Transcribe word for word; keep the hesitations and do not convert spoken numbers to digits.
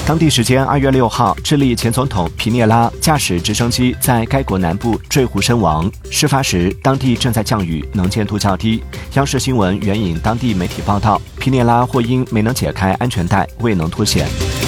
当地时间二月六号，智利前总统皮涅拉驾驶直升机在该国南部坠湖身亡。事发时，当地正在降雨，能见度较低。央视新闻援引当地媒体报道，皮涅拉或因没能解开安全带，未能脱险。